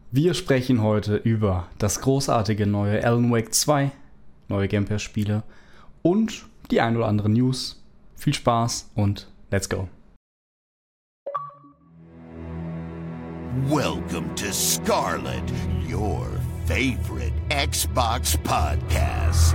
Wir sprechen heute über das großartige neue Alan Wake 2, neue Game Pass Spiele und die ein oder andere News. Viel Spaß und let's go. Welcome to Scarlet, your favorite Xbox podcast.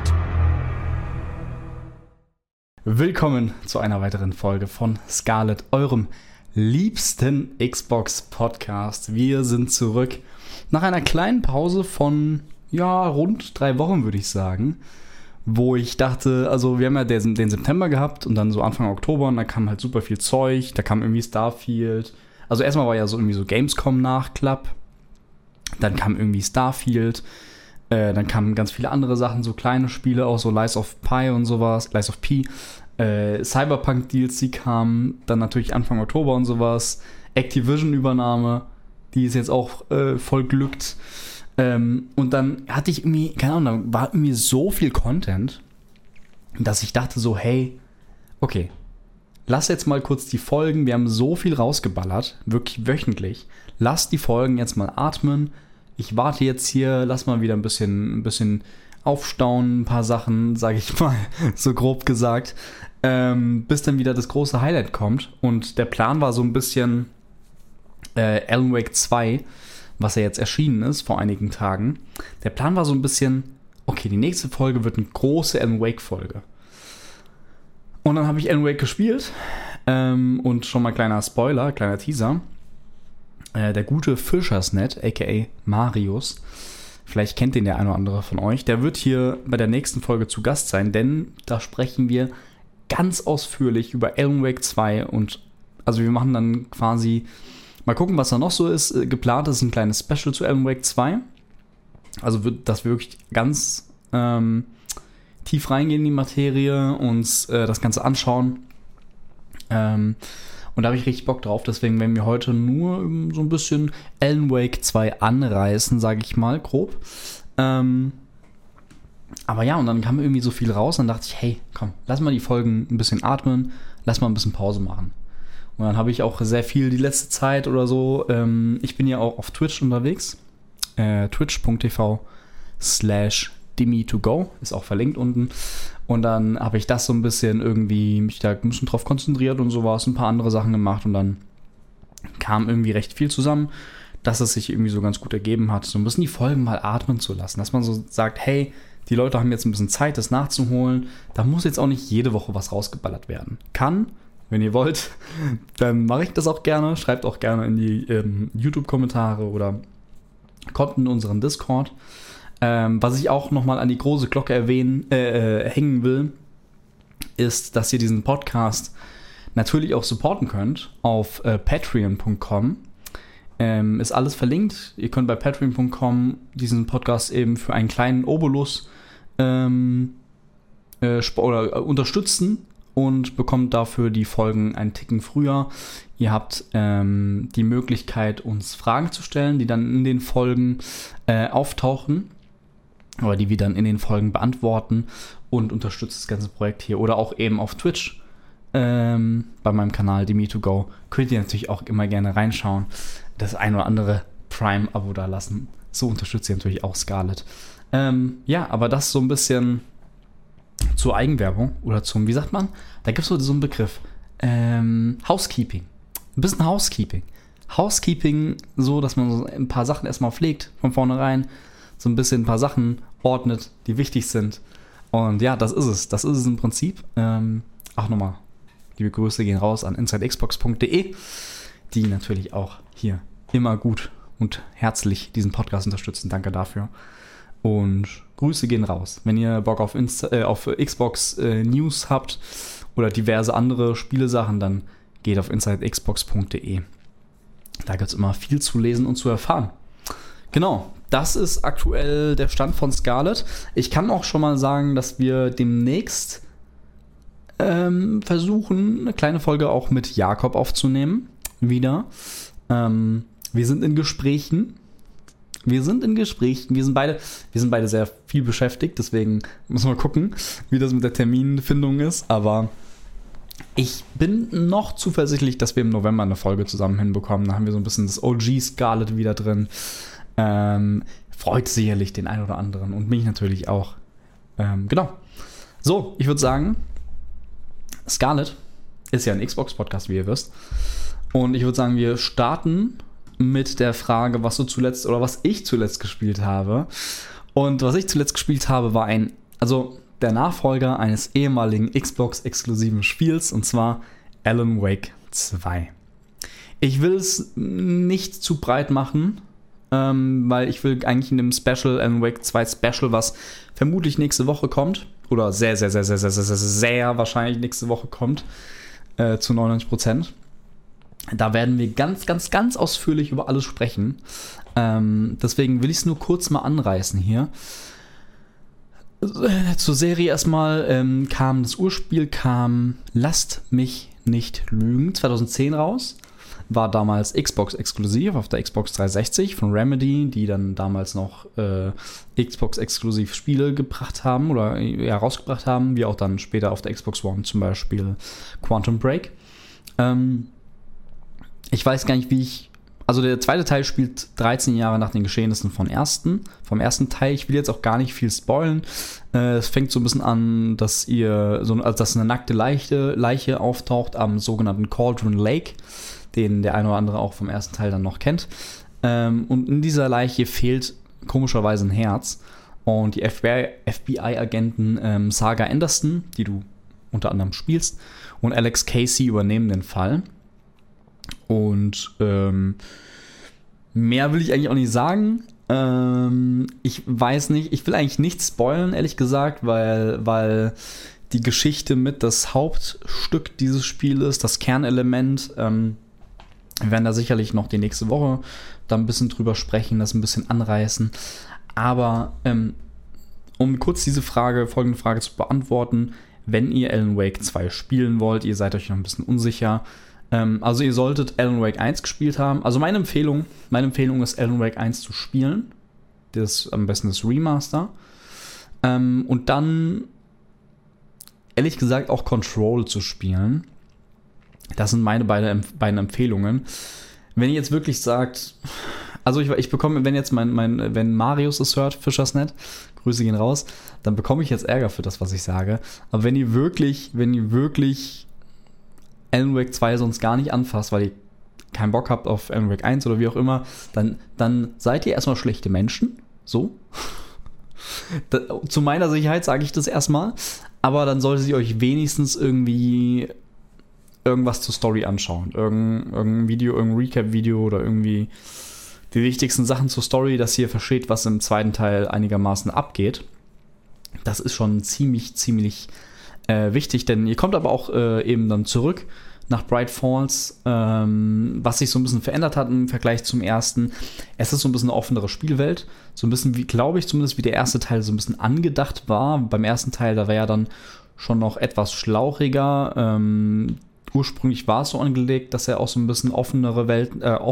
Willkommen zu einer weiteren Folge von Scarlet, eurem liebsten Xbox-Podcast. Wir sind zurück nach einer kleinen Pause von, rund 3 Wochen, würde ich sagen. Wo ich dachte, also wir haben ja den September gehabt und dann so Anfang Oktober und da kam halt super viel Zeug. Da kam irgendwie Starfield. Also erstmal war ja so irgendwie so Gamescom-Nachklapp. Dann kam irgendwie Starfield. Dann kamen ganz viele andere Sachen, so kleine Spiele, auch so Lies of P und sowas. Lies of P. Cyberpunk DLC kam, dann natürlich Anfang Oktober und sowas. Activision-Übernahme, die ist jetzt auch voll glückt. Und dann hatte ich irgendwie, keine Ahnung, da war irgendwie so viel Content, dass ich dachte so, hey, okay, lass jetzt mal kurz die Folgen, wir haben so viel rausgeballert, wirklich wöchentlich. Lass die Folgen jetzt mal atmen. Ich warte jetzt hier, lass mal wieder ein bisschen aufstauen, ein paar Sachen, sage ich mal, so grob gesagt, bis dann wieder das große Highlight kommt. Und der Plan war so ein bisschen Alan Wake 2, was ja jetzt erschienen ist vor einigen Tagen. Der Plan war so ein bisschen, okay, die nächste Folge wird eine große Alan Wake Folge. Und dann habe ich Alan Wake gespielt und schon mal kleiner Spoiler, kleiner Teaser. Der gute Fischersnet, aka Marius, vielleicht kennt den der eine oder andere von euch, der wird hier bei der nächsten Folge zu Gast sein, denn da sprechen wir ganz ausführlich über Alan Wake 2 und also wir machen dann quasi, mal gucken, was da noch so ist. Geplant ist ein kleines Special zu Alan Wake 2, also dass wir wirklich ganz tief reingehen in die Materie, uns das Ganze anschauen. Und da habe ich richtig Bock drauf. Deswegen werden wir heute nur so ein bisschen Alan Wake 2 anreißen, sage ich mal, grob. Aber ja, und dann kam irgendwie so viel raus. Und dann dachte ich, hey, komm, lass mal die Folgen ein bisschen atmen. Lass mal ein bisschen Pause machen. Und dann habe ich auch sehr viel die letzte Zeit oder so. Ich bin ja auch auf Twitch unterwegs. twitch.tv/Dimi2Go ist auch verlinkt unten. Und dann habe ich das so ein bisschen irgendwie mich da ein bisschen drauf konzentriert und sowas, ein paar andere Sachen gemacht und dann kam irgendwie recht viel zusammen, dass es sich irgendwie so ganz gut ergeben hat, so ein bisschen die Folgen mal atmen zu lassen, dass man so sagt, hey, die Leute haben jetzt ein bisschen Zeit, das nachzuholen, da muss jetzt auch nicht jede Woche was rausgeballert werden. Kann, wenn ihr wollt, dann mache ich das auch gerne, schreibt auch gerne in die YouTube-Kommentare oder kommt in unseren Discord. Was ich auch nochmal an die große Glocke hängen will, ist, dass ihr diesen Podcast natürlich auch supporten könnt auf patreon.com. Ist alles verlinkt. Ihr könnt bei patreon.com diesen Podcast eben für einen kleinen Obolus unterstützen und bekommt dafür die Folgen einen Ticken früher. Ihr habt die Möglichkeit, uns Fragen zu stellen, die dann in den Folgen auftauchen. Oder die wir dann in den Folgen beantworten und unterstützt das ganze Projekt hier. Oder auch eben auf Twitch bei meinem Kanal Dimi2Go. Könnt ihr natürlich auch immer gerne reinschauen. Das ein oder andere Prime-Abo da lassen. So unterstützt ihr natürlich auch Scarlet. Aber das so ein bisschen zur Eigenwerbung oder zum, wie sagt man? Da gibt es so einen Begriff. Housekeeping. Ein bisschen Housekeeping. Housekeeping so, dass man so ein paar Sachen erstmal pflegt von vornherein. So ein bisschen ein paar Sachen ordnet, die wichtig sind. Und ja, das ist es. Das ist es im Prinzip. Auch nochmal, liebe Grüße gehen raus an insidexbox.de, die natürlich auch hier immer gut und herzlich diesen Podcast unterstützen. Danke dafür. Und Grüße gehen raus. Wenn ihr Bock auf Xbox News habt oder diverse andere Spielesachen, dann geht auf insidexbox.de. Da gibt es immer viel zu lesen und zu erfahren. Genau, das ist aktuell der Stand von Scarlet. Ich kann auch schon mal sagen, dass wir demnächst versuchen, eine kleine Folge auch mit Jakob aufzunehmen. Wieder. Wir sind in Gesprächen. Wir sind beide sehr viel beschäftigt, deswegen müssen wir gucken, wie das mit der Terminfindung ist. Aber ich bin noch zuversichtlich, dass wir im November eine Folge zusammen hinbekommen. Da haben wir so ein bisschen das OG Scarlet wieder drin. Freut sicherlich den einen oder anderen und mich natürlich auch. Genau. So, ich würde sagen, Scarlet ist ja ein Xbox-Podcast, wie ihr wisst. Und ich würde sagen, wir starten mit der Frage, was ich zuletzt gespielt habe. Und was ich zuletzt gespielt habe, war der Nachfolger eines ehemaligen Xbox-exklusiven Spiels, und zwar Alan Wake 2. Ich will es nicht zu breit machen, weil ich will eigentlich in dem Special, Alan Wake 2 Special, was vermutlich nächste Woche kommt, oder sehr, sehr, sehr, sehr, sehr, sehr, sehr, sehr wahrscheinlich nächste Woche kommt, zu 99%. Da werden wir ganz, ganz, ganz ausführlich über alles sprechen. Deswegen will ich es nur kurz mal anreißen hier. Zur Serie erstmal das Urspiel kam, lasst mich nicht lügen, 2010 raus. War damals Xbox-exklusiv auf der Xbox 360 von Remedy, die dann damals noch Xbox-exklusiv Spiele gebracht haben oder rausgebracht haben, wie auch dann später auf der Xbox One zum Beispiel Quantum Break. Ich weiß gar nicht, also der zweite Teil spielt 13 Jahre nach den Geschehnissen vom ersten Teil. Ich will jetzt auch gar nicht viel spoilen. Es fängt so ein bisschen an, dass eine nackte Leiche auftaucht am sogenannten Cauldron Lake, den der eine oder andere auch vom ersten Teil dann noch kennt. Und in dieser Leiche fehlt komischerweise ein Herz. Und die FBI-Agenten Saga Anderson, die du unter anderem spielst, und Alex Casey übernehmen den Fall. Und mehr will ich eigentlich auch nicht sagen. Ich weiß nicht, ich will eigentlich nichts spoilern, ehrlich gesagt, weil die Geschichte mit das Hauptstück dieses Spieles, das Kernelement, wir werden da sicherlich noch die nächste Woche da ein bisschen drüber sprechen, das ein bisschen anreißen. Aber um kurz folgende Frage zu beantworten, wenn ihr Alan Wake 2 spielen wollt, ihr seid euch noch ein bisschen unsicher, also ihr solltet Alan Wake 1 gespielt haben. Also meine Empfehlung ist, Alan Wake 1 zu spielen. Das ist am besten das Remaster. Und dann, ehrlich gesagt, auch Control zu spielen. Das sind meine beiden Empfehlungen. Wenn ihr jetzt wirklich sagt, also ich bekomme, wenn Marius es hört, Fischersnet, Grüße gehen raus, dann bekomme ich jetzt Ärger für das, was ich sage. Aber wenn ihr wirklich Alan Wake 2 sonst gar nicht anfasst, weil ihr keinen Bock habt auf Alan Wake 1 oder wie auch immer, dann seid ihr erstmal schlechte Menschen. So. Zu meiner Sicherheit sage ich das erstmal. Aber dann solltet ihr euch wenigstens irgendwie irgendwas zur Story anschauen. Irgendein Video, irgendein Recap-Video oder irgendwie die wichtigsten Sachen zur Story, dass ihr versteht, was im zweiten Teil einigermaßen abgeht. Das ist schon ziemlich, ziemlich wichtig, denn ihr kommt aber auch eben dann zurück nach Bright Falls, was sich so ein bisschen verändert hat im Vergleich zum ersten. Es ist so ein bisschen eine offenere Spielwelt, so ein bisschen wie, glaube ich zumindest, wie der erste Teil so ein bisschen angedacht war. Beim ersten Teil, da war ja dann schon noch etwas schlauchiger. Ursprünglich war es so angelegt, dass er auch so ein bisschen offenerer Welt,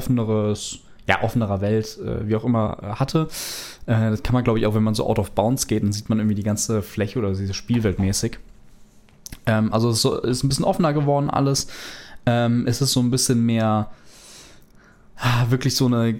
wie auch immer, hatte. Das kann man, glaube ich, auch wenn man so out of bounds geht, dann sieht man irgendwie die ganze Fläche oder diese Spielwelt mäßig. Also es ist ein bisschen offener geworden alles. Es ist so ein bisschen mehr wirklich so eine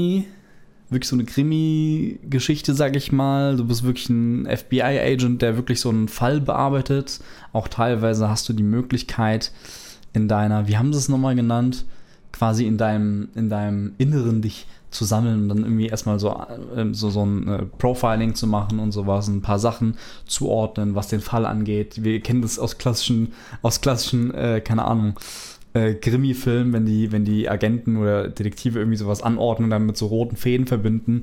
Krimi-Geschichte, sag ich mal. Du bist wirklich ein FBI-Agent, der wirklich so einen Fall bearbeitet. Auch teilweise hast du die Möglichkeit in deiner, wie haben sie es nochmal genannt, quasi in deinem Inneren dich zu sammeln und dann irgendwie erstmal so ein Profiling zu machen und sowas, ein paar Sachen zuordnen, was den Fall angeht. Wir kennen das aus klassischen, keine Ahnung, Krimi-Filmen, wenn die Agenten oder Detektive irgendwie sowas anordnen und dann mit so roten Fäden verbinden.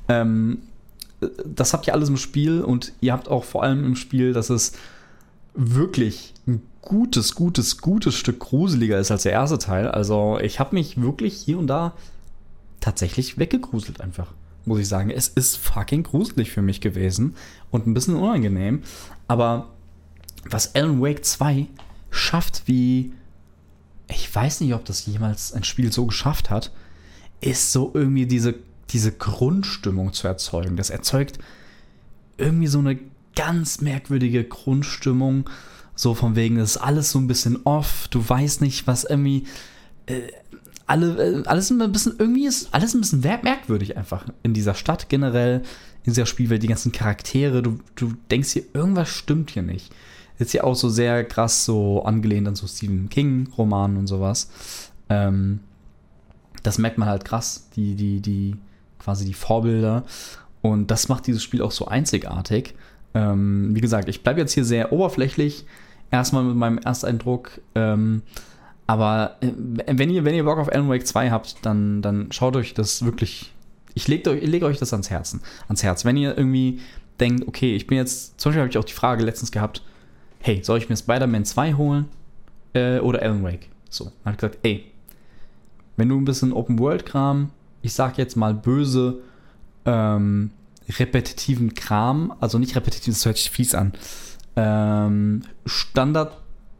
Das habt ihr alles im Spiel und ihr habt auch vor allem im Spiel, dass es wirklich ein gutes Stück gruseliger ist als der erste Teil. Also ich habe mich wirklich hier und da tatsächlich weggegruselt einfach, muss ich sagen. Es ist fucking gruselig für mich gewesen und ein bisschen unangenehm. Aber was Alan Wake 2 schafft, wie ich weiß nicht, ob das jemals ein Spiel so geschafft hat, ist so irgendwie diese Grundstimmung zu erzeugen. Das erzeugt irgendwie so eine ganz merkwürdige Grundstimmung, so von wegen, das ist alles so ein bisschen off, du weißt nicht, was irgendwie, alles ein bisschen, irgendwie ist alles ein bisschen merkwürdig einfach in dieser Stadt generell, in dieser Spielwelt, die ganzen Charaktere, du denkst hier, irgendwas stimmt hier nicht. Ist ja auch so sehr krass so angelehnt an so Stephen King-Romanen und sowas. Das merkt man halt krass, die quasi die Vorbilder. Und das macht dieses Spiel auch so einzigartig. Wie gesagt, ich bleibe jetzt hier sehr oberflächlich, erstmal mit meinem Ersteindruck. Aber wenn ihr Bock auf Alan Wake 2 habt, dann schaut euch das wirklich. Ich lege euch das ans Herz. Wenn ihr irgendwie denkt, okay, ich bin jetzt, zum Beispiel habe ich auch die Frage letztens gehabt, hey, soll ich mir Spider-Man 2 holen oder Alan Wake? So, dann habe ich gesagt, ey, wenn du ein bisschen Open-World-Kram, ich sag jetzt mal böse, repetitiven Kram, also nicht repetitiv, das hört sich fies an, Standard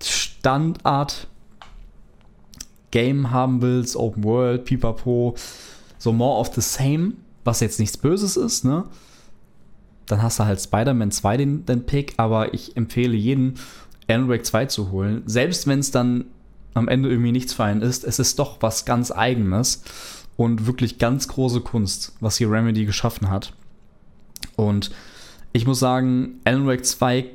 Game haben willst, Open World, Pipapo, so more of the same, was jetzt nichts Böses ist, ne? Dann hast du halt Spider-Man 2 den Pick, aber ich empfehle jedem, Alan Wake 2 zu holen. Selbst wenn es dann am Ende irgendwie nichts für einen ist, es ist doch was ganz Eigenes und wirklich ganz große Kunst, was hier Remedy geschaffen hat. Und ich muss sagen, Alan Wake 2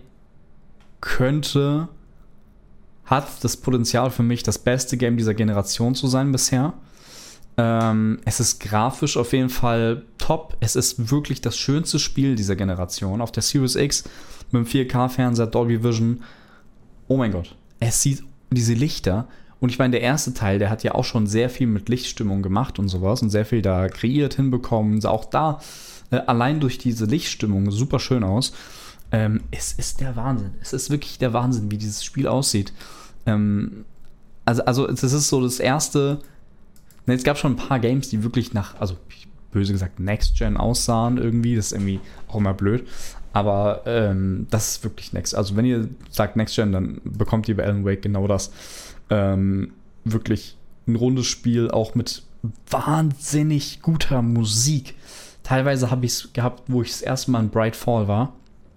hat das Potenzial für mich, das beste Game dieser Generation zu sein bisher. Es ist grafisch auf jeden Fall top. Es ist wirklich das schönste Spiel dieser Generation. Auf der Series X mit dem 4K-Fernseher, Dolby Vision. Oh mein Gott. Es sieht diese Lichter. Und ich meine, der erste Teil, der hat ja auch schon sehr viel mit Lichtstimmung gemacht und sowas. Und sehr viel da kreiert, hinbekommen. Auch da, allein durch diese Lichtstimmung, super schön aus. Es ist der Wahnsinn. Es ist wirklich der Wahnsinn, wie dieses Spiel aussieht. Also es ist so das erste. Es gab schon ein paar Games, die wirklich böse gesagt, Next-Gen aussahen irgendwie. Das ist irgendwie auch immer blöd. Aber das ist wirklich Next. Also wenn ihr sagt Next-Gen, dann bekommt ihr bei Alan Wake genau das. Wirklich ein rundes Spiel, auch mit wahnsinnig guter Musik. Teilweise habe ich es gehabt, wo ich das erste Mal in Bright Falls war.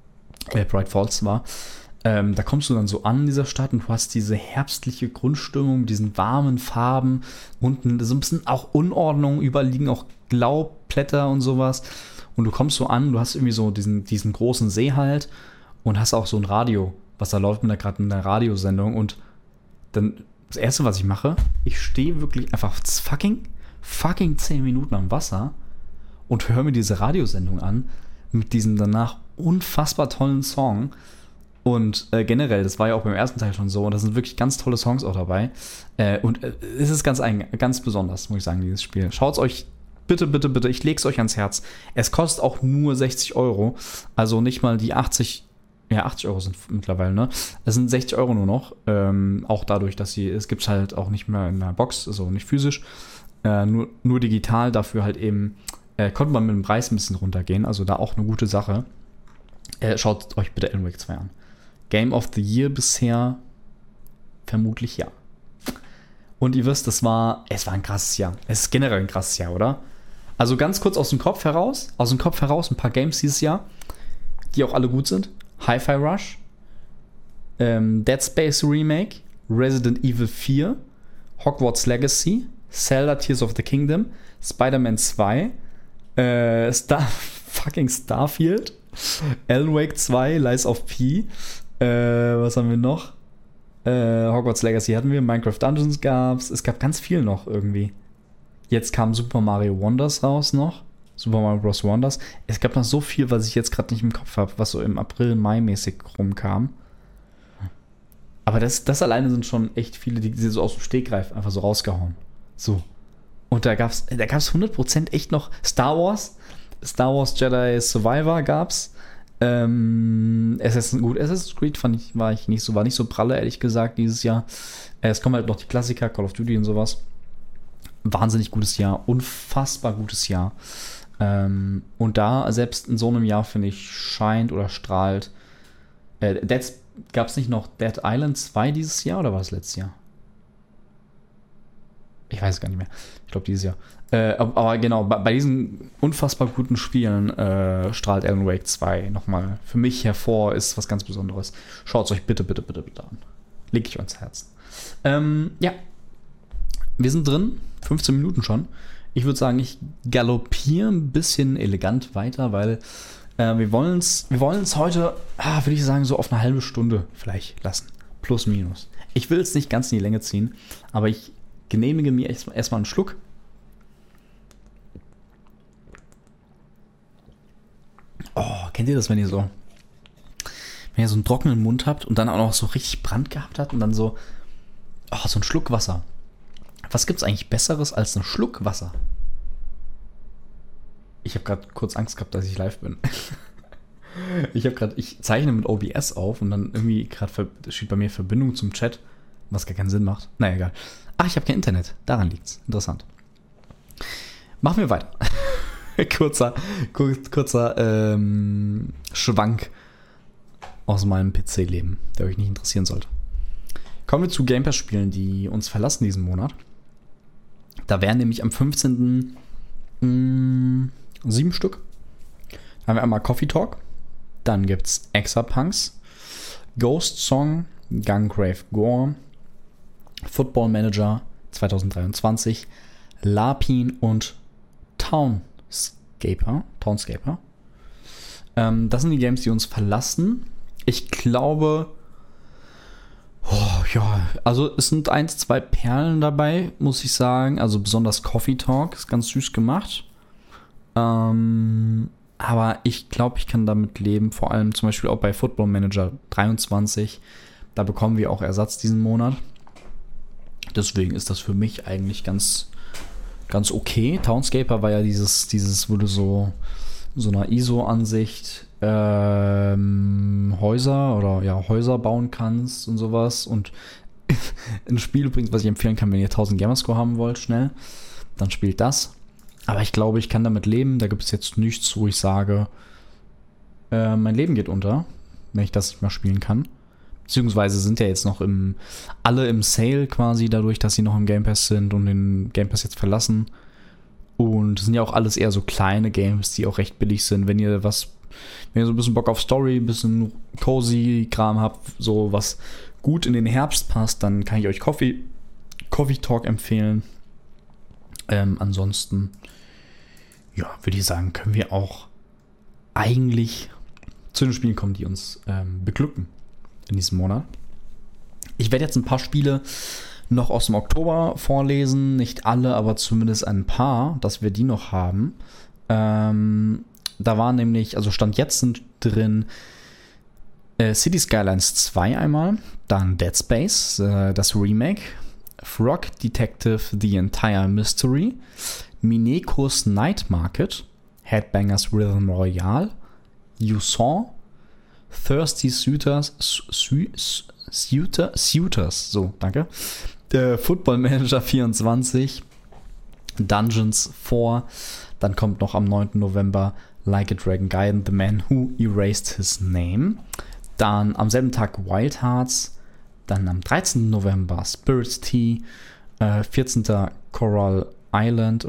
Da kommst du dann so an in dieser Stadt und du hast diese herbstliche Grundstimmung, diesen warmen Farben, unten so ein bisschen auch Unordnung, überall liegen auch Laubblätter und sowas. Und du kommst so an, du hast irgendwie so diesen großen See halt und hast auch so ein Radio, was da läuft mit gerade in einer Radiosendung. Und dann das Erste, was ich mache, ich stehe wirklich einfach fucking 10 Minuten am Wasser und höre mir diese Radiosendung an mit diesem danach unfassbar tollen Song. Und generell, das war ja auch beim ersten Teil schon so, und da sind wirklich ganz tolle Songs auch dabei. Es ist ganz besonders, muss ich sagen, dieses Spiel. Schaut es euch bitte, ich lege es euch ans Herz. Es kostet auch nur 60 €, also nicht mal die 80 € sind mittlerweile, ne? Es sind 60 € nur noch, auch dadurch, dass es gibt es halt auch nicht mehr in der Box, also nicht physisch, nur digital, dafür halt eben konnte man mit dem Preis ein bisschen runtergehen, also da auch eine gute Sache. Schaut euch bitte Alan Wake 2 an. Game of the Year bisher vermutlich ja. Und ihr wisst, es war ein krasses Jahr. Es ist generell ein krasses Jahr, oder? Also ganz kurz aus dem Kopf heraus ein paar Games dieses Jahr, die auch alle gut sind. Hi-Fi Rush, Dead Space Remake, Resident Evil 4, Hogwarts Legacy, Zelda Tears of the Kingdom, Spider-Man 2, Starfield, Alan Wake 2, Lies of P, was haben wir noch? Hogwarts Legacy hatten wir, Minecraft Dungeons gab's, es gab ganz viel noch irgendwie. Jetzt kam Super Mario Wonders raus noch, Super Mario Bros. Wonders. Es gab noch so viel, was ich jetzt gerade nicht im Kopf habe, was so im April, Mai mäßig rumkam. Aber das alleine sind schon echt viele, die so aus dem Stegreif einfach so rausgehauen. So. Und da gab's 100% echt noch Star Wars Jedi Survivor gab's. Assassin's Creed war nicht so pralle, ehrlich gesagt, dieses Jahr. Es kommen halt noch die Klassiker, Call of Duty und sowas. Wahnsinnig gutes Jahr, unfassbar gutes Jahr. Und da, selbst in so einem Jahr, finde ich, scheint oder strahlt. Gab es nicht noch Dead Island 2 dieses Jahr oder war es letztes Jahr? Ich weiß es gar nicht mehr. Ich glaube, dieses Jahr. Aber genau, bei diesen unfassbar guten Spielen strahlt Alan Wake 2 nochmal für mich hervor, ist was ganz Besonderes. Schaut es euch bitte an. Leg ich euch ans Herz. Ja. wir sind drin, 15 Minuten schon. Ich würde sagen, ich galoppiere ein bisschen elegant weiter, weil wir wollen es heute, würde ich sagen, so auf eine halbe Stunde vielleicht lassen. Plus, minus. Ich will es nicht ganz in die Länge ziehen, aber ich genehmige mir erstmal einen Schluck. Oh, kennt ihr das, wenn ihr so einen trockenen Mund habt und dann auch noch so richtig Brand gehabt habt und dann so ein Schluck Wasser. Was gibt's eigentlich Besseres als ein Schluck Wasser? Ich habe gerade kurz Angst gehabt, dass ich live bin. Ich zeichne mit OBS auf und dann irgendwie gerade steht bei mir Verbindung zum Chat, was gar keinen Sinn macht. Naja, egal. Ach, ich habe kein Internet. Daran liegt's. Interessant. Machen wir weiter. kurzer Schwank aus meinem PC-Leben, der euch nicht interessieren sollte. Kommen wir zu Game Pass-Spielen, die uns verlassen diesen Monat. Da wären nämlich am 15. 7 Stück. Da haben wir einmal Coffee Talk. Dann gibt es Exapunks, Ghost Song, Gungrave Gore, Football Manager 2023, Lapin und Townscaper. Das sind die Games, die uns verlassen. Ich glaube, also es sind 1-2 Perlen dabei, muss ich sagen. Also besonders Coffee Talk ist ganz süß gemacht. Aber ich glaube, ich kann damit leben. Vor allem zum Beispiel auch bei Football Manager 23. Da bekommen wir auch Ersatz diesen Monat. Deswegen ist das für mich eigentlich ganz okay. Townscaper war ja dieses wurde so einer ISO-Ansicht Häuser bauen kannst und sowas. Und ein Spiel übrigens, was ich empfehlen kann, wenn ihr 1000 Gamerscore haben wollt, schnell, dann spielt das. Aber ich glaube, ich kann damit leben. Da gibt es jetzt nichts, wo ich sage, mein Leben geht unter, wenn ich das nicht mehr spielen kann. Beziehungsweise sind ja jetzt noch alle im Sale quasi, dadurch, dass sie noch im Game Pass sind und den Game Pass jetzt verlassen. Und es sind ja auch alles eher so kleine Games, die auch recht billig sind. Wenn ihr so ein bisschen Bock auf Story, ein bisschen cozy Kram habt, so was gut in den Herbst passt, dann kann ich euch Coffee Talk empfehlen. Ansonsten, würde ich sagen, können wir auch eigentlich zu den Spielen kommen, die uns beglücken in diesem Monat. Ich werde jetzt ein paar Spiele noch aus dem Oktober vorlesen. Nicht alle, aber zumindest ein paar, dass wir die noch haben. Da war nämlich, also Stand jetzt sind drin City Skylines 2 einmal, dann Dead Space, das Remake, Frog Detective The Entire Mystery, Minekos Night Market, Headbangers Rhythm Royale, You Saw, Thirsty Suitors, so, danke, Football Manager 24, Dungeons 4, dann kommt noch am 9. November Like a Dragon Gaiden, The Man Who Erased His Name, dann am selben Tag Wild Hearts, dann am 13. November Spirits Tea, 14. Coral Island,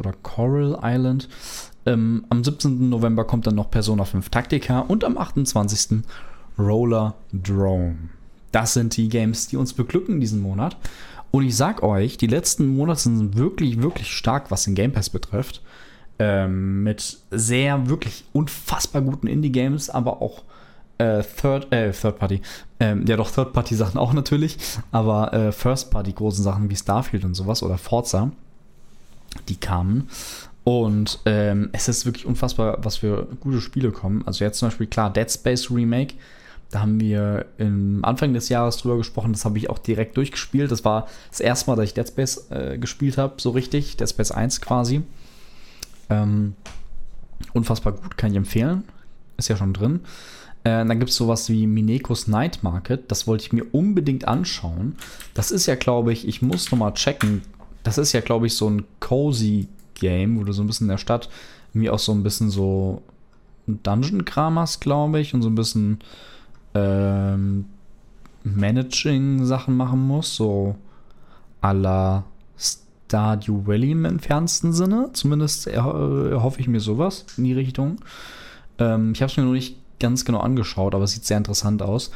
am 17. November kommt dann noch Persona 5 Tactica und am 28. Roller Drome. Das sind die Games, die uns beglücken diesen Monat. Und ich sag euch, die letzten Monate sind wirklich, wirklich stark, was den Game Pass betrifft. Mit sehr, wirklich unfassbar guten Indie-Games, aber auch Third-Party. Third-Party-Sachen auch natürlich, aber First-Party-großen Sachen wie Starfield und sowas oder Forza, die kamen. Und es ist wirklich unfassbar, was für gute Spiele kommen. Also jetzt zum Beispiel, klar, Dead Space Remake. Da haben wir im Anfang des Jahres drüber gesprochen. Das habe ich auch direkt durchgespielt. Das war das erste Mal, dass ich Dead Space gespielt habe, so richtig. Dead Space 1 quasi. Unfassbar gut, kann ich empfehlen. Ist ja schon drin. Dann gibt es sowas wie Minekos Night Market. Das wollte ich mir unbedingt anschauen. Das ist ja, glaube ich muss nochmal checken. Das ist ja, glaube ich, so ein cozy Game, wo du so ein bisschen in der Stadt irgendwie auch so ein bisschen so Dungeon-Kram hast, glaube ich, und so ein bisschen Managing-Sachen machen musst, so à la Stardew Valley im entferntesten Sinne. Zumindest erhoffe ich mir sowas in die Richtung. Ich habe es mir noch nicht ganz genau angeschaut, aber es sieht sehr interessant aus.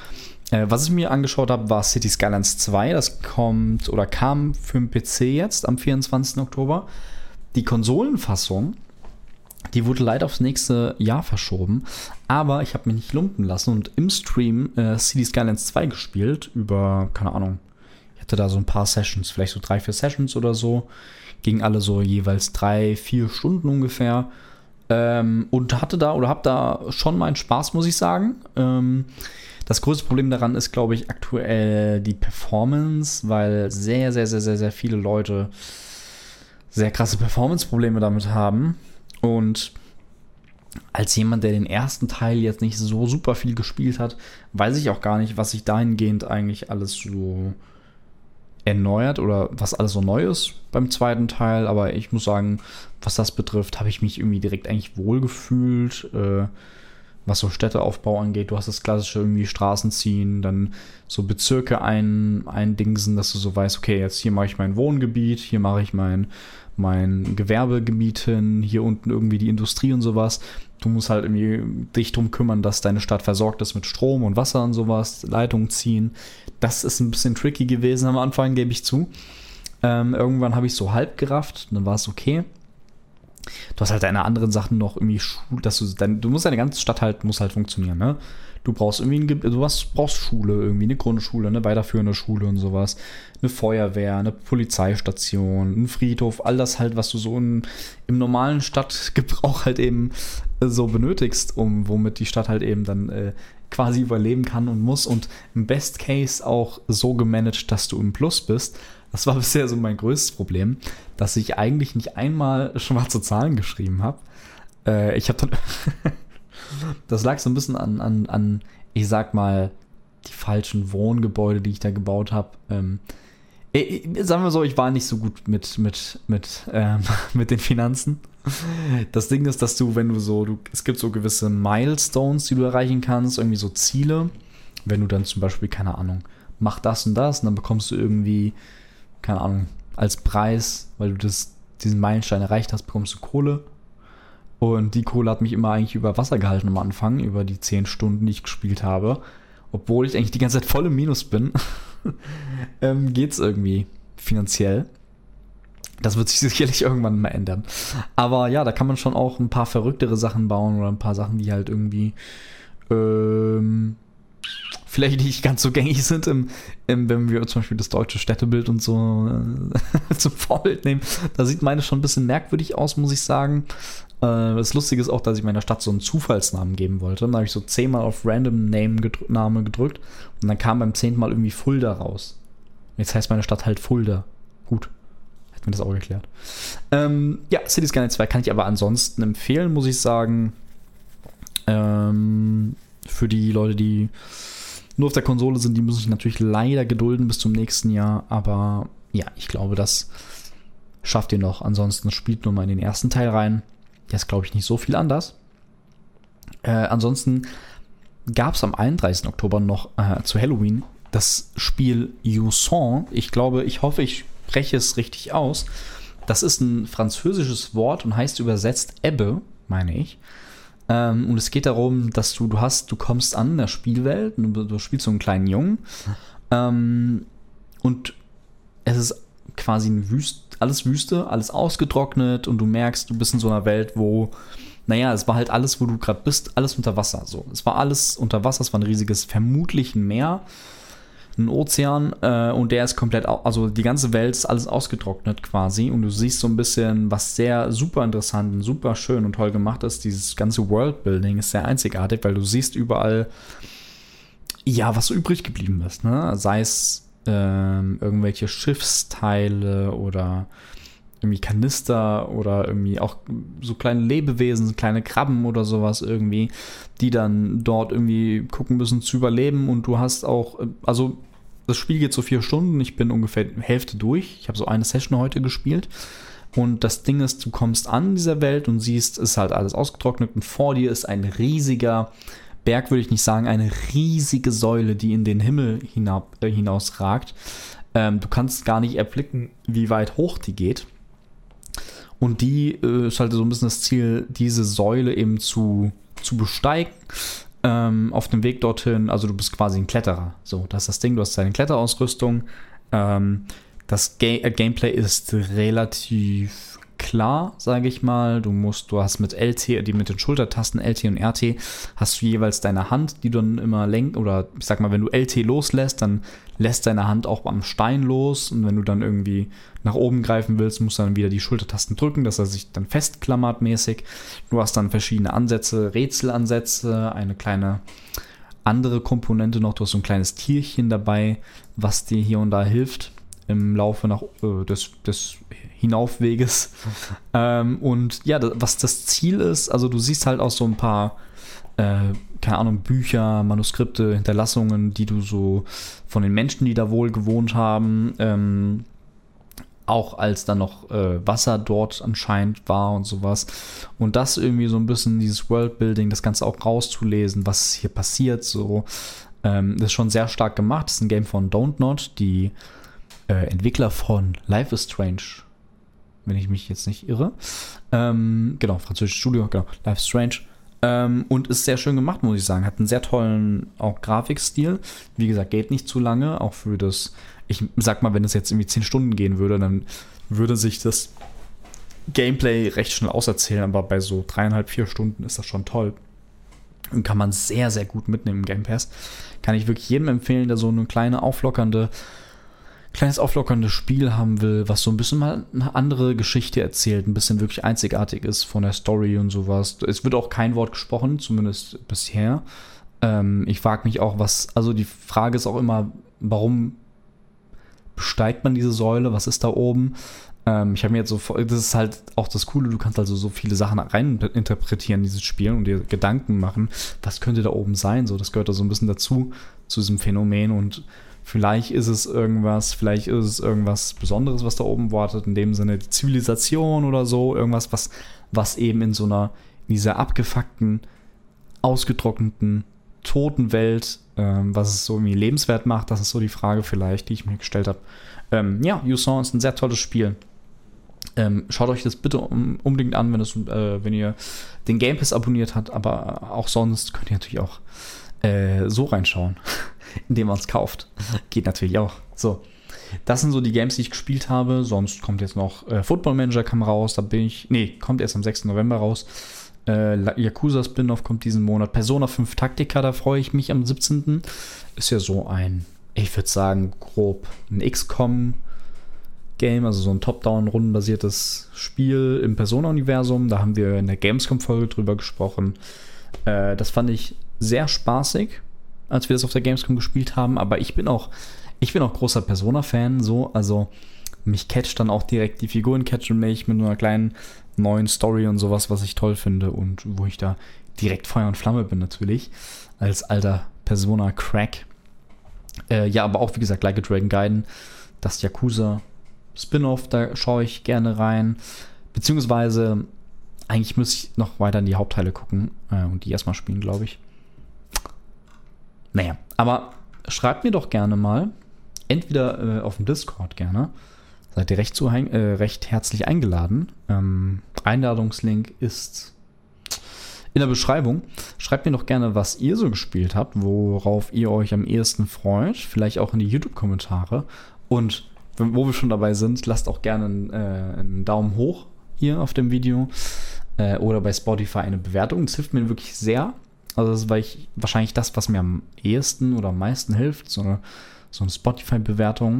Was ich mir angeschaut habe, war Cities Skylines 2. Das kommt oder kam für den PC jetzt am 24. Oktober. Die Konsolenfassung, die wurde leider aufs nächste Jahr verschoben. Aber ich habe mich nicht lumpen lassen und im Stream Cities Skylines 2 gespielt. Über, keine Ahnung, ich hatte da so ein paar Sessions, vielleicht so 3-4 Sessions oder so. Gingen alle so jeweils 3-4 Stunden ungefähr. Und habe da schon meinen Spaß, muss ich sagen. Das größte Problem daran ist, glaube ich, aktuell die Performance, weil sehr, sehr, sehr, sehr, sehr viele Leute sehr krasse Performance-Probleme damit haben. Und als jemand, der den ersten Teil jetzt nicht so super viel gespielt hat, weiß ich auch gar nicht, was sich dahingehend eigentlich alles so erneuert oder was alles so neu ist beim zweiten Teil. Aber ich muss sagen, was das betrifft, habe ich mich irgendwie direkt eigentlich wohlgefühlt. Was so Städteaufbau angeht, du hast das klassische irgendwie Straßen ziehen, dann so Bezirke eindingsen, dass du so weißt, okay, jetzt hier mache ich mein Wohngebiet, hier mache ich mein Gewerbegebiet hin, hier unten irgendwie die Industrie und sowas. Du musst halt irgendwie dich drum kümmern, dass deine Stadt versorgt ist mit Strom und Wasser und sowas, Leitungen ziehen. Das ist ein bisschen tricky gewesen am Anfang, gebe ich zu. Irgendwann habe ich so halb gerafft, dann war es okay. Du hast halt deine anderen Sachen noch irgendwie du musst deine ganze Stadt muss halt funktionieren, ne? Du brauchst irgendwie brauchst Schule, irgendwie eine Grundschule, eine weiterführende Schule und sowas, eine Feuerwehr, eine Polizeistation, einen Friedhof, all das halt, was du so im normalen Stadtgebrauch halt eben so benötigst, womit die Stadt halt eben dann quasi überleben kann und muss und im Best Case auch so gemanagt, dass du im Plus bist. Das war bisher so mein größtes Problem, dass ich eigentlich nicht einmal schwarze Zahlen geschrieben habe. Ich habe dann das lag so ein bisschen an, ich sag mal, die falschen Wohngebäude, die ich da gebaut habe. Sagen wir so, ich war nicht so gut mit den Finanzen. Das Ding ist, dass es gibt so gewisse Milestones, die du erreichen kannst, irgendwie so Ziele. Wenn du dann zum Beispiel, keine Ahnung, mach das und dann bekommst du irgendwie, keine Ahnung, als Preis, weil du diesen Meilenstein erreicht hast, bekommst du Kohle. Und die Kohle hat mich immer eigentlich über Wasser gehalten am Anfang, über die 10 Stunden, die ich gespielt habe. Obwohl ich eigentlich die ganze Zeit voll im Minus bin, geht's irgendwie finanziell. Das wird sich sicherlich irgendwann mal ändern. Aber ja, da kann man schon auch ein paar verrücktere Sachen bauen oder ein paar Sachen, die halt irgendwie vielleicht nicht ganz so gängig sind, wenn wir zum Beispiel das deutsche Städtebild und so zum Vorbild nehmen. Da sieht meine schon ein bisschen merkwürdig aus, muss ich sagen. Das Lustige ist auch, dass ich meiner Stadt so einen Zufallsnamen geben wollte. Dann habe ich so 10-mal auf Random Name gedrückt und dann kam beim 10. Mal irgendwie Fulda raus. Jetzt heißt meine Stadt halt Fulda. Gut, hätte mir das auch geklärt. Ja, Cities Skylines 2 kann ich aber ansonsten empfehlen, muss ich sagen. Für die Leute, die nur auf der Konsole sind, die müssen sich natürlich leider gedulden bis zum nächsten Jahr. Aber ja, ich glaube, das schafft ihr noch. Ansonsten spielt nur mal in den ersten Teil rein. Der ist, glaube ich, nicht so viel anders. Ansonsten gab es am 31. Oktober noch zu Halloween das Spiel Yousson. Ich hoffe, ich spreche es richtig aus. Das ist ein französisches Wort und heißt übersetzt Ebbe, meine ich. Und es geht darum, dass du kommst an in der Spielwelt, du spielst so einen kleinen Jungen. Und es ist quasi alles Wüste, alles ausgetrocknet und du merkst, du bist in so einer Welt, wo, naja, es war halt alles, wo du gerade bist, alles unter Wasser. So. Es war alles unter Wasser, es war ein riesiges, vermutlich ein Meer, ein Ozean und der ist komplett, also die ganze Welt ist alles ausgetrocknet quasi und du siehst so ein bisschen, was sehr super interessant und super schön und toll gemacht ist, dieses ganze Worldbuilding ist sehr einzigartig, weil du siehst überall, ja, was so übrig geblieben ist, ne? Sei es irgendwelche Schiffsteile oder irgendwie Kanister oder irgendwie auch so kleine Lebewesen, kleine Krabben oder sowas irgendwie, die dann dort irgendwie gucken müssen zu überleben und du hast auch, also das Spiel geht so 4 Stunden, ich bin ungefähr Hälfte durch, ich habe so eine Session heute gespielt und das Ding ist, du kommst an dieser Welt und siehst, es ist halt alles ausgetrocknet und vor dir ist ein riesiger Berg, würde ich nicht sagen, eine riesige Säule, die in den Himmel hinausragt. Du kannst gar nicht erblicken, wie weit hoch die geht. Und die ist halt so ein bisschen das Ziel, diese Säule eben zu besteigen. auf dem Weg dorthin, also du bist quasi ein Kletterer. So, das ist das Ding, du hast deine Kletterausrüstung. Das Gameplay ist relativ klar, sage ich mal. Du hast mit LT, mit den Schultertasten LT und RT, hast du jeweils deine Hand, die du dann immer oder ich sag mal, wenn du LT loslässt, dann lässt deine Hand auch am Stein los, und wenn du dann irgendwie nach oben greifen willst, musst du dann wieder die Schultertasten drücken, dass er sich dann festklammert mäßig. Du hast dann verschiedene Ansätze, Rätselansätze, eine kleine andere Komponente noch, du hast so ein kleines Tierchen dabei, was dir hier und da hilft im Laufe des Hinaufweges. Und ja, was das Ziel ist, also du siehst halt auch so ein paar keine Ahnung, Bücher, Manuskripte, Hinterlassungen, die du so von den Menschen, die da wohl gewohnt haben, auch als dann noch Wasser dort anscheinend war und sowas. Und das irgendwie so ein bisschen, dieses Worldbuilding, das Ganze auch rauszulesen, was hier passiert, so, das ist schon sehr stark gemacht. Das ist ein Game von Don't Not, die Entwickler von Life is Strange, wenn ich mich jetzt nicht irre. Genau, französisches Studio, genau, Life is Strange. Und ist sehr schön gemacht, muss ich sagen. Hat einen sehr tollen auch Grafikstil. Wie gesagt, geht nicht zu lange. Auch für das, ich sag mal, wenn es jetzt irgendwie 10 Stunden gehen würde, dann würde sich das Gameplay recht schnell auserzählen. Aber bei so 3,5, 4 Stunden ist das schon toll. Und kann man sehr, sehr gut mitnehmen im Game Pass. Kann ich wirklich jedem empfehlen, der so eine kleines auflockerndes Spiel haben will, was so ein bisschen mal eine andere Geschichte erzählt, ein bisschen wirklich einzigartig ist von der Story und sowas. Es wird auch kein Wort gesprochen, zumindest bisher. Ich frage mich auch, also die Frage ist auch immer, warum besteigt man diese Säule, was ist da oben? Ich habe mir jetzt das ist halt auch das Coole, du kannst also so viele Sachen rein interpretieren in dieses Spiel und dir Gedanken machen, was könnte da oben sein, so, das gehört da so ein bisschen dazu, zu diesem Phänomen, und vielleicht ist es irgendwas Besonderes, was da oben wartet, in dem Sinne die Zivilisation oder so, irgendwas, was eben in dieser abgefuckten, ausgetrockneten, toten Welt, was es so irgendwie lebenswert macht, das ist so die Frage vielleicht, die ich mir gestellt habe. Ja, YouSaw ist ein sehr tolles Spiel. Schaut euch das bitte unbedingt an, wenn ihr den Game Pass abonniert habt, aber auch sonst könnt ihr natürlich auch so reinschauen, indem man es kauft. Geht natürlich auch. So, das sind so die Games, die ich gespielt habe. Sonst kommt jetzt noch Football Manager kam raus. Kommt erst am 6. November raus. Yakuza Spin-Off kommt diesen Monat. Persona 5 Taktika, da freue ich mich am 17. Ist ja so ich würde sagen, grob ein XCOM-Game, also so ein Top-Down-rundenbasiertes Spiel im Persona-Universum. Da haben wir in der Gamescom-Folge drüber gesprochen. Das fand ich sehr spaßig, als wir das auf der Gamescom gespielt haben, aber ich bin auch großer Persona-Fan, so, also mich catcht dann auch direkt, die Figuren catchen mich mit einer kleinen neuen Story und sowas, was ich toll finde und wo ich da direkt Feuer und Flamme bin natürlich, als alter Persona-Crack. Ja, aber auch, wie gesagt, Like a Dragon Gaiden, das Yakuza Spin-Off, da schaue ich gerne rein, beziehungsweise eigentlich müsste ich noch weiter in die Hauptteile gucken und die erstmal spielen, glaube ich. Naja, aber schreibt mir doch gerne mal, entweder auf dem Discord gerne, seid ihr recht herzlich eingeladen. Einladungslink ist in der Beschreibung. Schreibt mir doch gerne, was ihr so gespielt habt, worauf ihr euch am ehesten freut, vielleicht auch in die YouTube-Kommentare. Und wo wir schon dabei sind, lasst auch gerne einen Daumen hoch hier auf dem Video oder bei Spotify eine Bewertung. Das hilft mir wirklich sehr. Also das war wahrscheinlich das, was mir am ehesten oder am meisten hilft, so eine Spotify-Bewertung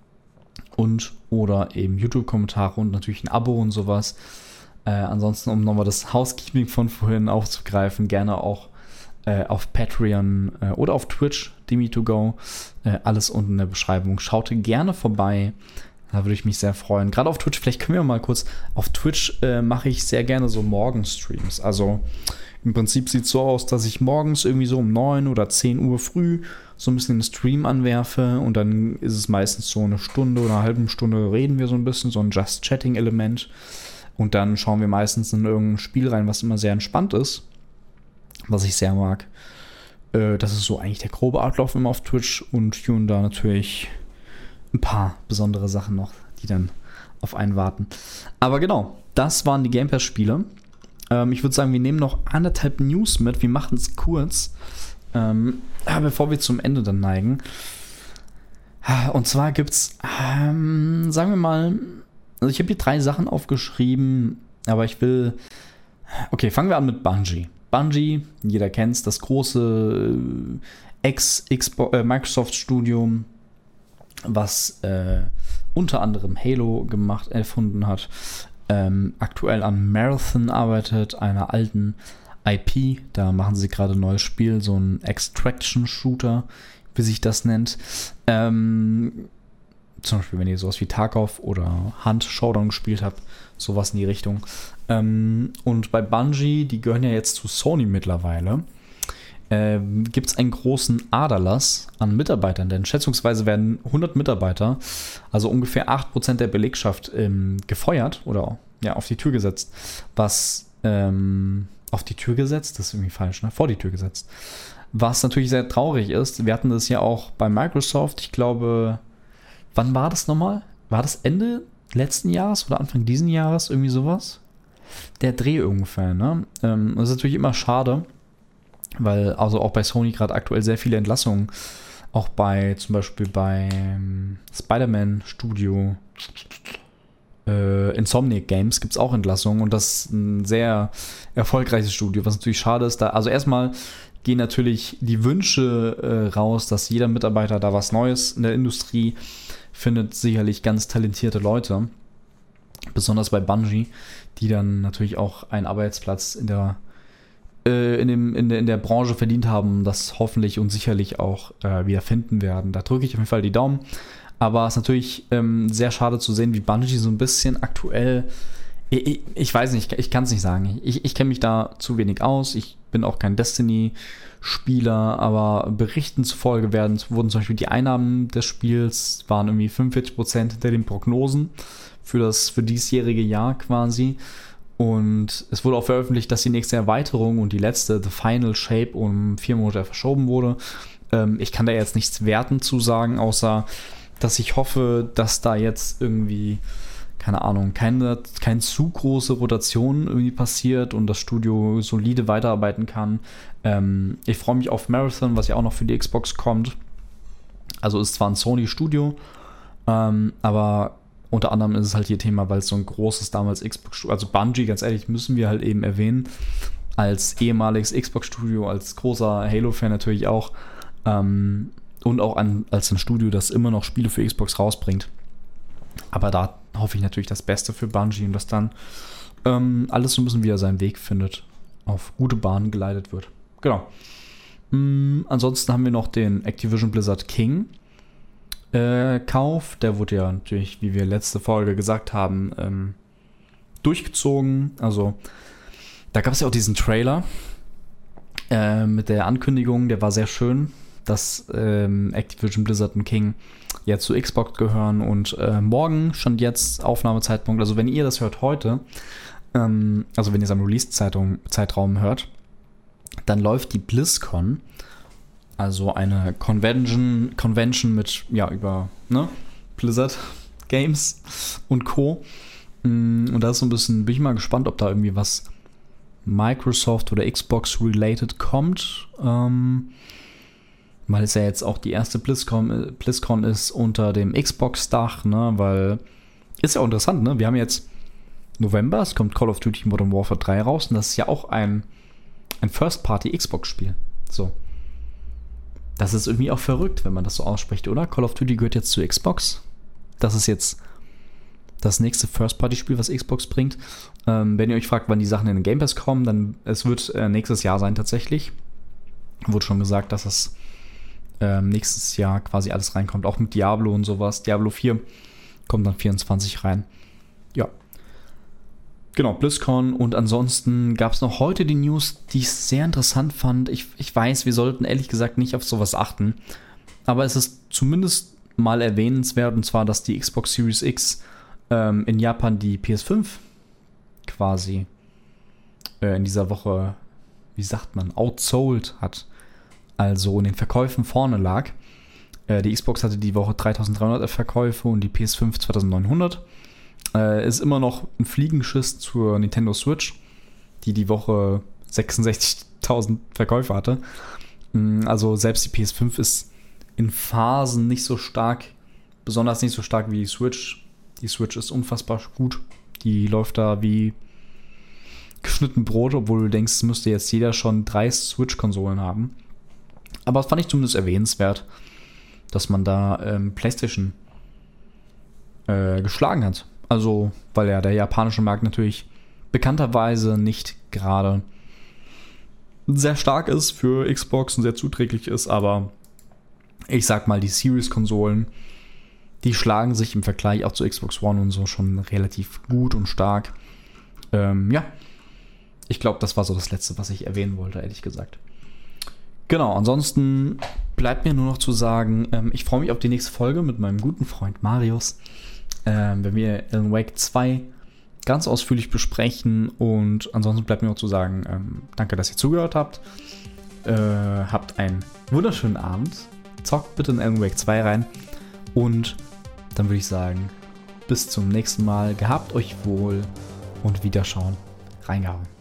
oder eben YouTube-Kommentare und natürlich ein Abo und sowas. Ansonsten, um nochmal das Housekeeping von vorhin aufzugreifen, gerne auch auf Patreon oder auf Twitch, Demi2Go, alles unten in der Beschreibung. Schaut gerne vorbei, da würde ich mich sehr freuen. Gerade auf Twitch, vielleicht können wir mal kurz, auf Twitch mache ich sehr gerne so Morgenstreams, also im Prinzip sieht es so aus, dass ich morgens irgendwie so um 9 oder 10 Uhr früh so ein bisschen den Stream anwerfe und dann ist es meistens so eine Stunde oder eine halbe Stunde reden wir so ein bisschen, so ein Just-Chatting-Element und dann schauen wir meistens in irgendein Spiel rein, was immer sehr entspannt ist, was ich sehr mag. Das ist so eigentlich der grobe Ablauf immer auf Twitch und hier und da natürlich ein paar besondere Sachen noch, die dann auf einen warten. Aber genau, das waren die Game Pass-Spiele. Ich würde sagen, wir nehmen noch 1,5 News mit. Wir machen es kurz, bevor wir zum Ende dann neigen. Und zwar gibt es, sagen wir mal, also ich habe hier 3 Sachen aufgeschrieben, aber ich will... Okay, fangen wir an mit Bungie. Bungie, jeder kennt es, das große Microsoft-Studio, was unter anderem Halo erfunden hat, aktuell an Marathon arbeitet, einer alten IP. Da machen sie gerade ein neues Spiel, so ein Extraction-Shooter, wie sich das nennt. Zum Beispiel, wenn ihr sowas wie Tarkov oder Hunt Showdown gespielt habt, sowas in die Richtung. Und bei Bungie, die gehören ja jetzt zu Sony mittlerweile, gibt es einen großen Aderlass an Mitarbeitern, denn schätzungsweise werden 100 Mitarbeiter, also ungefähr 8% der Belegschaft, gefeuert oder auf die Tür gesetzt. Was auf die Tür gesetzt, das ist irgendwie falsch, ne? Vor die Tür gesetzt. Was natürlich sehr traurig ist. Wir hatten das ja auch bei Microsoft, ich glaube, wann war das nochmal? War das Ende letzten Jahres oder Anfang diesen Jahres? Irgendwie sowas? Der Dreh ungefähr, ne? Das ist natürlich immer schade, weil also auch bei Sony gerade aktuell sehr viele Entlassungen, auch zum Beispiel beim Spider-Man-Studio Insomniac Games gibt es auch Entlassungen und das ist ein sehr erfolgreiches Studio, was natürlich schade ist. Also erstmal gehen natürlich die Wünsche raus, dass jeder Mitarbeiter da was Neues in der Industrie findet, sicherlich ganz talentierte Leute, besonders bei Bungie, die dann natürlich auch einen Arbeitsplatz in der Branche verdient haben, das hoffentlich und sicherlich auch wieder finden werden. Da drücke ich auf jeden Fall die Daumen. Aber es ist natürlich sehr schade zu sehen, wie Bungie so ein bisschen aktuell, ich weiß nicht, ich kann es nicht sagen. Ich kenne mich da zu wenig aus. Ich bin auch kein Destiny-Spieler, aber Berichten zufolge wurden zum Beispiel die Einnahmen des Spiels waren irgendwie 45% hinter den Prognosen für diesjährige Jahr quasi. Und es wurde auch veröffentlicht, dass die nächste Erweiterung und die letzte, The Final Shape, um 4 Monate verschoben wurde. Ich kann da jetzt nichts wertend zu sagen, außer dass ich hoffe, dass da jetzt irgendwie, keine Ahnung, keine zu große Rotation irgendwie passiert und das Studio solide weiterarbeiten kann. Ich freue mich auf Marathon, was ja auch noch für die Xbox kommt. Also ist zwar ein Sony-Studio, aber unter anderem ist es halt hier Thema, weil es so ein großes damals Xbox-Studio, also Bungie, ganz ehrlich, müssen wir halt eben erwähnen, als ehemaliges Xbox-Studio, als großer Halo-Fan natürlich auch, und auch als ein Studio, das immer noch Spiele für Xbox rausbringt. Aber da hoffe ich natürlich das Beste für Bungie und dass dann alles so ein bisschen wieder seinen Weg findet, auf gute Bahnen geleitet wird. Genau. Ansonsten haben wir noch den Activision Blizzard King Kauf. Der wurde ja natürlich, wie wir letzte Folge gesagt haben, durchgezogen. Also da gab es ja auch diesen Trailer mit der Ankündigung, der war sehr schön, dass Activision Blizzard und King jetzt zu Xbox gehören und morgen, schon jetzt Aufnahmezeitpunkt, also wenn ihr das hört heute, also wenn ihr es am Release-Zeitraum hört, dann läuft die BlizzCon, also eine Convention mit, über Blizzard Games und Co. Und da ist so ein bisschen, bin ich mal gespannt, ob da irgendwie was Microsoft oder Xbox-related kommt, weil es ja jetzt auch die erste BlizzCon ist unter dem Xbox-Dach, ne, weil ist ja auch interessant, ne, wir haben jetzt November, es kommt Call of Duty Modern Warfare 3 raus und das ist ja auch ein First-Party-Xbox-Spiel, so. Das ist irgendwie auch verrückt, wenn man das so ausspricht, oder? Call of Duty gehört jetzt zu Xbox. Das ist jetzt das nächste First-Party-Spiel, was Xbox bringt. Wenn ihr euch fragt, wann die Sachen in den Game Pass kommen, dann es wird nächstes Jahr sein tatsächlich. Wurde schon gesagt, dass es nächstes Jahr quasi alles reinkommt, auch mit Diablo und sowas. Diablo 4 kommt dann 24 rein. Ja. Genau, BlizzCon und ansonsten gab es noch heute die News, die ich sehr interessant fand. Ich weiß, wir sollten ehrlich gesagt nicht auf sowas achten, aber es ist zumindest mal erwähnenswert, und zwar, dass die Xbox Series X in Japan die PS5 quasi in dieser Woche, wie sagt man, outsold hat, also in den Verkäufen vorne lag. Die Xbox hatte die Woche 3300 Verkäufe und die PS5 2900. Ist immer noch ein Fliegenschiss zur Nintendo Switch. die Woche 66.000 Verkäufe hatte. Also selbst die PS5 ist in Phasen nicht so stark, besonders nicht so stark wie die Switch. Die Switch ist unfassbar gut. Die läuft da wie geschnitten Brot, obwohl du denkst, es müsste jetzt jeder schon 3 Switch-Konsolen haben. Aber das fand ich zumindest erwähnenswert, dass man da PlayStation geschlagen hat. Also, weil ja der japanische Markt natürlich bekannterweise nicht gerade sehr stark ist für Xbox und sehr zuträglich ist, aber ich sag mal, die Series-Konsolen, die schlagen sich im Vergleich auch zu Xbox One und so schon relativ gut und stark. Ja, ich glaube, das war so das Letzte, was ich erwähnen wollte, ehrlich gesagt. Genau, ansonsten bleibt mir nur noch zu sagen, ich freue mich auf die nächste Folge mit meinem guten Freund Marius, wenn wir Alan Wake 2 ganz ausführlich besprechen. Und ansonsten bleibt mir noch zu sagen, danke, dass ihr zugehört habt. Habt einen wunderschönen Abend. Zockt bitte in Alan Wake 2 rein. Und dann würde ich sagen, bis zum nächsten Mal. Gehabt euch wohl und Wiederschauen. Reingehauen.